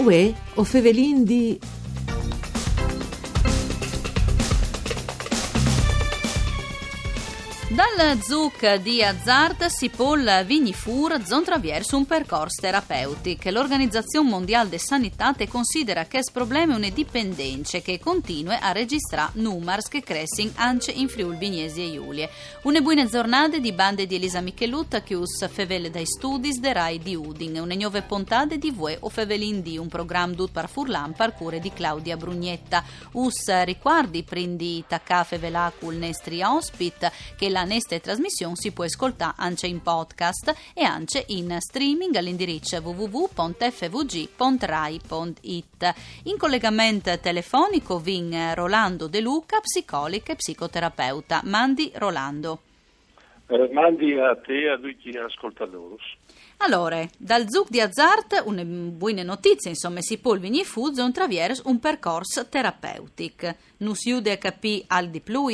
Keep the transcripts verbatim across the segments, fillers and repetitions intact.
Uè, o fevelin di... Dal Zuc di Azzard si può vignifur zon traverso un percorso terapeutico. L'Organizzazione Mondiale de Sanitate considera che il problema è una dipendenza che continua a registrare numeri che crescono anche in Friuli Vignesi e Giulie. Una buona giornata di bande di Elisa Michelutta che us fevele dai studi de Rai di Udin, una nuove puntate di Vue o Fevelin di un programma dut par Furlan parcure di Claudia Brugnetta. Us ricordi prendi tacca fevelacul nestri ospit che la neste trasmissione si può ascoltare anche in podcast e anche in streaming all'indirizzo w w w punto f v g punto rai punto it. In collegamento telefonico vin Rolando De Luca, psicologo e psicoterapeuta. Mandi Rolando. Eh, mandi a te e a tutti gli ascoltatori. Allora, dal Zuc di Azzard, una buona notizia, insomma, si può venire fuori un traverso un percorso terapeutico. Non si ude a capire al di più?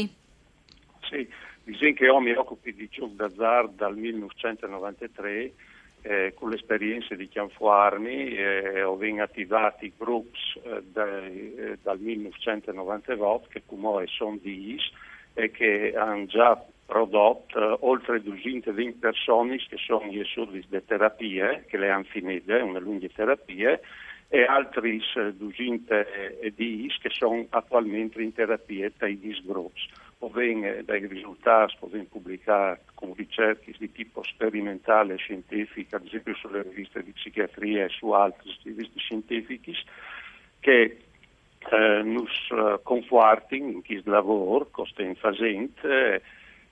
Sì. Dicono che io mi occupo di gioco d'azzardo dal millenovecentonovantatré, eh, con l'esperienza di Chianfuarmi, eh, ho ben attivati gruppi eh, da, eh, dal millenovecentonovantotto che come sono di is e che hanno già prodotto eh, oltre duecentoventi persone che sono gli studi di terapie, che le hanno finite, una lunga terapia, e altri duecento di is che sono attualmente in terapia dai dis gruppi. Ovvero dai risultati possono pubblicare con ricerche di tipo sperimentale e scientifico, ad esempio sulle riviste di psichiatria e su altre riviste scientifiche, che eh, nos confortano in questo lavoro, questo infasente,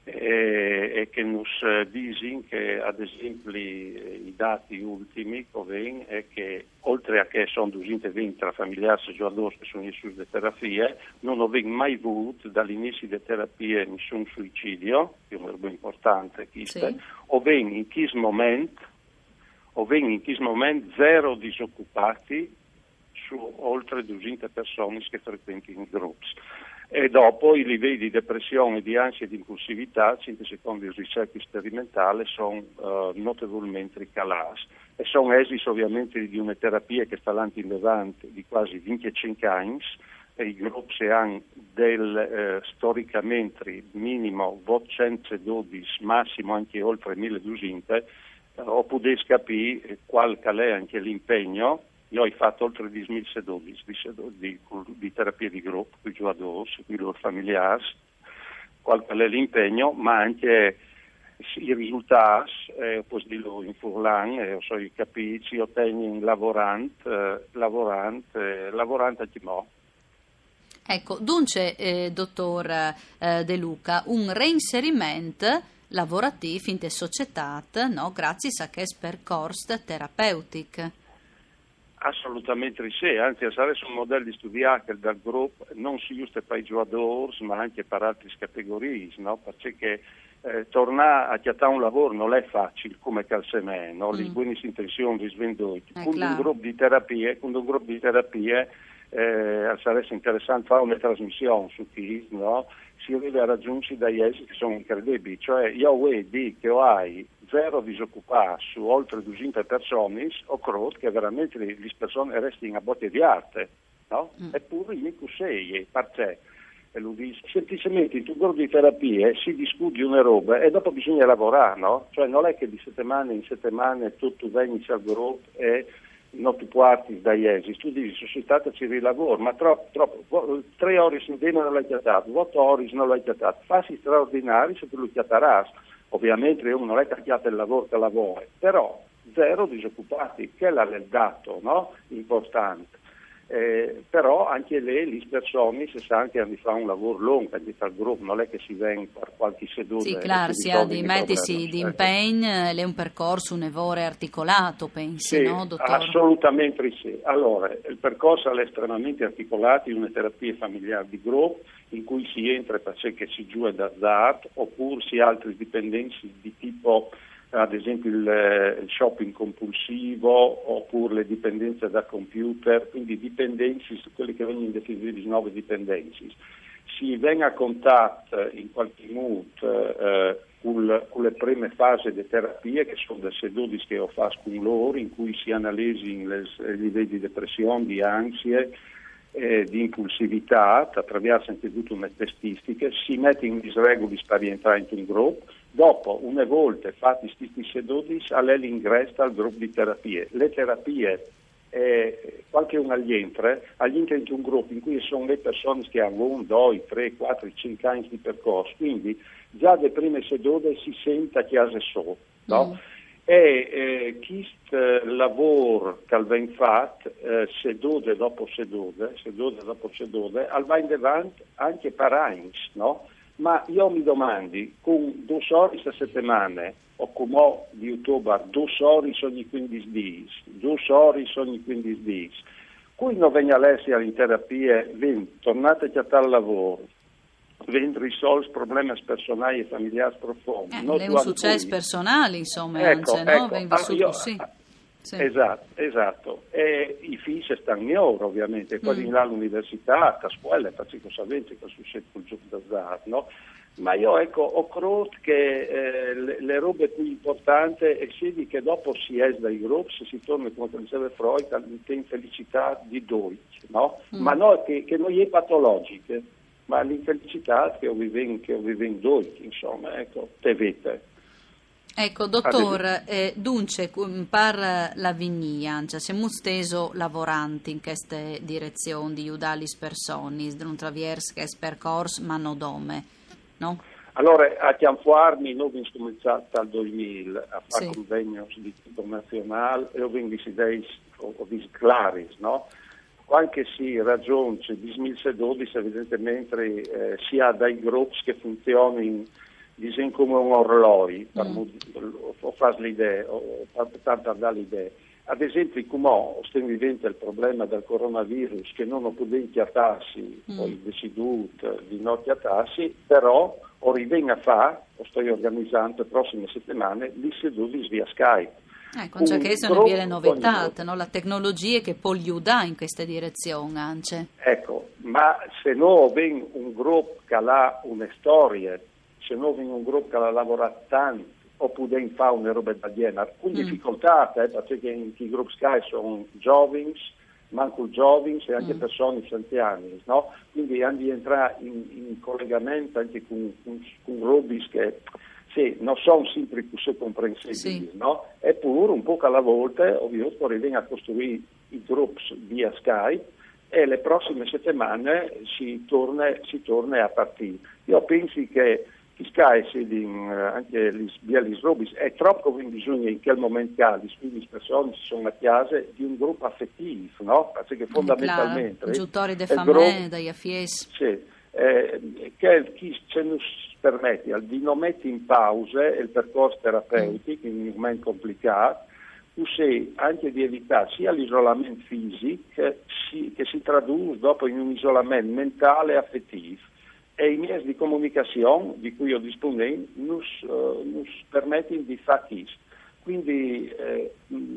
e, e che nos dicono che, ad esempio, i dati ultimi che è che oltre a che sono duecentoventi tra familiari e giocatori che sono issusi di terapia, non ho mai avuto dall'inizio delle terapie nessun suicidio, che è un erbo importante, questo, sì. O ben in questo momento, o ben in questo momento zero disoccupati su oltre duecento persone che frequentano i gruppi. E dopo i livelli di depressione, di ansia e di impulsività, secondo le ricerche sperimentali, sono uh, notevolmente calati. E sono esiti ovviamente di una terapia che sta avanti in avanti di quasi venticinque anni, e i gruppi hanno del, eh, storicamente minimo centododici, massimo anche oltre milleduecento, eh, o potete capire qual è anche l'impegno. Io ho fatto oltre diecimila seduti di, di, di terapia di gruppo, con i giocatori, con i loro familiari, qual è l'impegno, ma anche i risultati, eh, poi dirlo in Furlan, eh, so i capisci, ottengono lavorante, eh, lavorante, eh, lavorante a Timò. Ecco, dunque, eh, dottor eh, De Luca, un reinserimento lavorativo in te società, no? Grazie a questo percorso terapeutico. Assolutamente sì, anzi sarebbe un modello di studiare dal gruppo non si usa per i giocatori ma anche per altre categorie, no? Perché eh, tornare a chiattare un lavoro non è facile come calcemè, no? Mm. Le buone intenzioni di svenduti. Con un gruppo di terapie, con un gruppo di terapie eh, sarebbe interessante fare una trasmissione su chi, no? Si arriva a raggiungere degli esiti che sono incredibili, cioè io vedi che hai zero disoccupati su oltre duecento persone, o credo che veramente le persone restino a botte di arte, no? Mm. Eppure io sei, perché? E lui dice, semplicemente in tuo gruppo di terapie si discute una roba e dopo bisogna lavorare, no? Cioè non è che di settimane in settimane tutto vieni al gruppo e non ti parti dagli esiti, tu dici società ci rilavoro, ma troppo, troppo, tre ore in demo non l'hai chiatato, otto ore non l'hai chiatato, fassi straordinari se tu lo chiaterai. Ovviamente uno non è che chiata il lavoro che lavora, però zero disoccupati, che è il dato, no? Importante. Eh, però anche lì le persone si sa che hanno di fare un lavoro lungo, di fare gruppo, non è che si venga per qualche seduta. Sì, chiaro, si ha di mettersi di impegno, è un percorso, un evore articolato, pensi, sì, no, dottore? Assolutamente sì. Allora, il percorso è estremamente articolato in una terapia familiare di gruppo, in cui si entra perché si gioca d'azzardo, oppure si ha altre dipendenze di tipo, ad esempio il, il shopping compulsivo, oppure le dipendenze da computer, quindi dipendenze, quelle che vengono definite di nuove dipendenze. Si viene a contatto in qualche modo eh, con, con le prime fasi di terapia, che sono le sedute che ho fatto con loro, in cui si analizzano i livelli di depressione, di ansie, eh, di impulsività, attraverso anche tutte le testistiche, si mette in disregoli per rientrare in un gruppo. Dopo, una volta fatti questi sedute, alle l'ingresso al gruppo di terapie. Le terapie, eh, qualche una agli entra, agli entra in un gruppo in cui sono le persone che hanno un, due, tre, quattro, cinque anni di percorso, quindi già le prime sedute si sente che ha so, no? Mm. E eh, questo lavoro che viene fatto, eh, sedute dopo sedute, sedute dopo sedute, va in avanti anche per anni, no? Ma io mi domandi, con due ore a settimana, o come di ottobre, due ore ogni quindici giorni, due ore ogni quindici giorni, qui non venga lessi in terapia, ven, tornate a al lavoro, ven risolvi problemi personali e familiari profondi. Eh, è un successo personale, insomma, ecco, anche, ecco, no? Ben vissuto io, sì. Sì. Esatto, esatto. E i figli stanno in oro, ovviamente, quelli mm. là all'università, a scuola, faccio sapete che succede col gioco d'azzardo, no? Ma io ecco, ho creduto che eh, le, le robe più importanti è sì che dopo si esce dai gruppi, si torna, come diceva Freud, all'infelicità di due, no? Mm. Ma no, che, che non è patologica, ma l'infelicità che vive che vive in due, insomma, ecco, te vede. Ecco, dottor, eh, dunque, per la vignia, cioè, siamo steso lavoranti in queste direzioni di Iudalis Personis, d'un traviers che è percorso manodome, no? Allora, a Chianfuarmi noi abbiamo cominciato dal duemila a fare sì. convegni di tipo nazionale e ho visto idee clari, no? Anche si ragiona di duemiladodici evidentemente eh, si ha dei gruppi che funzionano disegno come un orologio, mm. o fare l'idea, o tanto dare l'idea. Ad esempio, come stiamo vivendo il problema del coronavirus, che non potevo chiatarsi, mm. poi deciduto di non chiatarsi, però o rivenga a fare, o sto organizzando le prossime settimane, gli seduti via Skype. Ecco, già che sono le novità, no? La tecnologia che può aiutare in questa direzione anche. Ecco, ma se no viene un gruppo che ha una storia, se no viene un gruppo che ha lavorato tanto, oppure fa una roba da genere, con mm. difficoltà, eh, perché in i gruppi Sky sono giovani, manco giovani e anche mm. persone anziane, no? Quindi hanno di entrare in, in collegamento anche con, con, con robis che sì, non sono sempre così comprensibili, sì. no? Eppure un po' alla volta, ovviamente, poi a costruire i gruppi via Skype e le prossime settimane si torna, si torna a partire. Io penso che Sky, anche via gli robis, è troppo in bisogno in quel momento che le persone si sono a casa di un gruppo affettivo, no? Perché fondamentalmente i giocatori di famiglia, dagli affies. Sì, eh, che chi ce ne permette di non mettere in pausa il percorso terapeutico mm. in un momento complicato, così anche di evitare sia l'isolamento fisico che si, che si traduce dopo in un isolamento mentale e affettivo. E i mezzi di comunicazione di cui io disponevo nos, uh, nos permettono di fare questo. Quindi eh,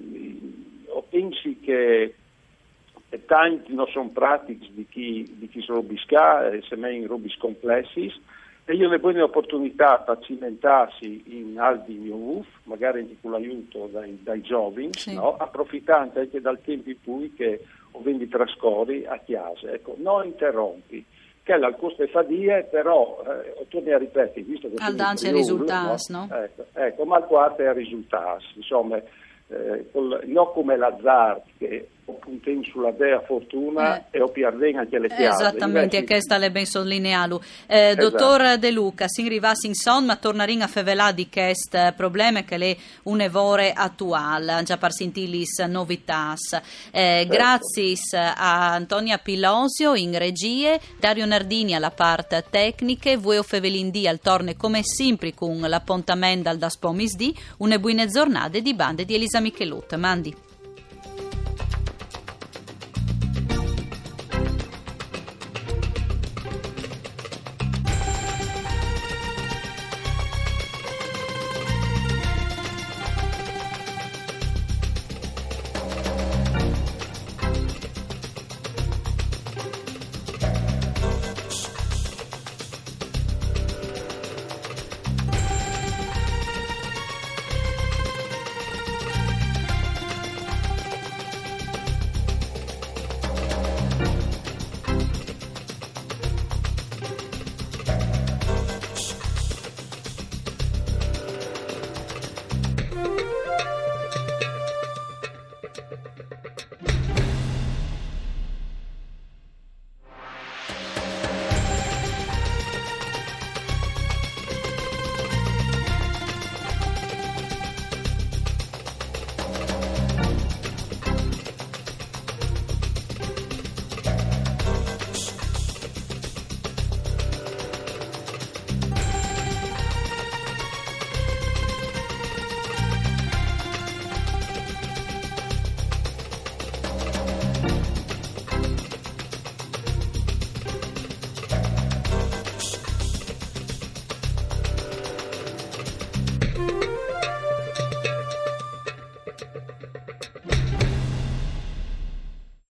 io penso che tanti non sono pratici di chi, di chi si robisca, e semmai in robis complessi, e io ne buone opportunità per cimentarsi in aldi new, magari anche con l'aiuto dai, dai giovani, sì. no? Approfittando anche dal tempo in cui che ho vendi trascorri a casa. Ecco, non interrompi. Che al costo è fadia, però eh, torni a ripetere, visto che al danze risultati, no? no? Ecco, ecco, ma al quarto è risultati, insomma, eh, col, non come l'azzardo che puntiamo sulla dea fortuna eh. e o piarden anche le chiavi. Esattamente, e questa le ben sottolineato. Eh, esatto. Dottor De Luca, si rivassi insomma, ma torneremo a fevelà di questo problema che è un evore attuale, già per sentilis novitas. Eh, certo. Grazie a Antonia Pilosio in regie, Dario Nardini alla parte tecniche, voi o Fevelindì al torne come sempre con l'appuntamento al da Spomisdì, une buone giornate di bande di Elisa Michelut. Mandi.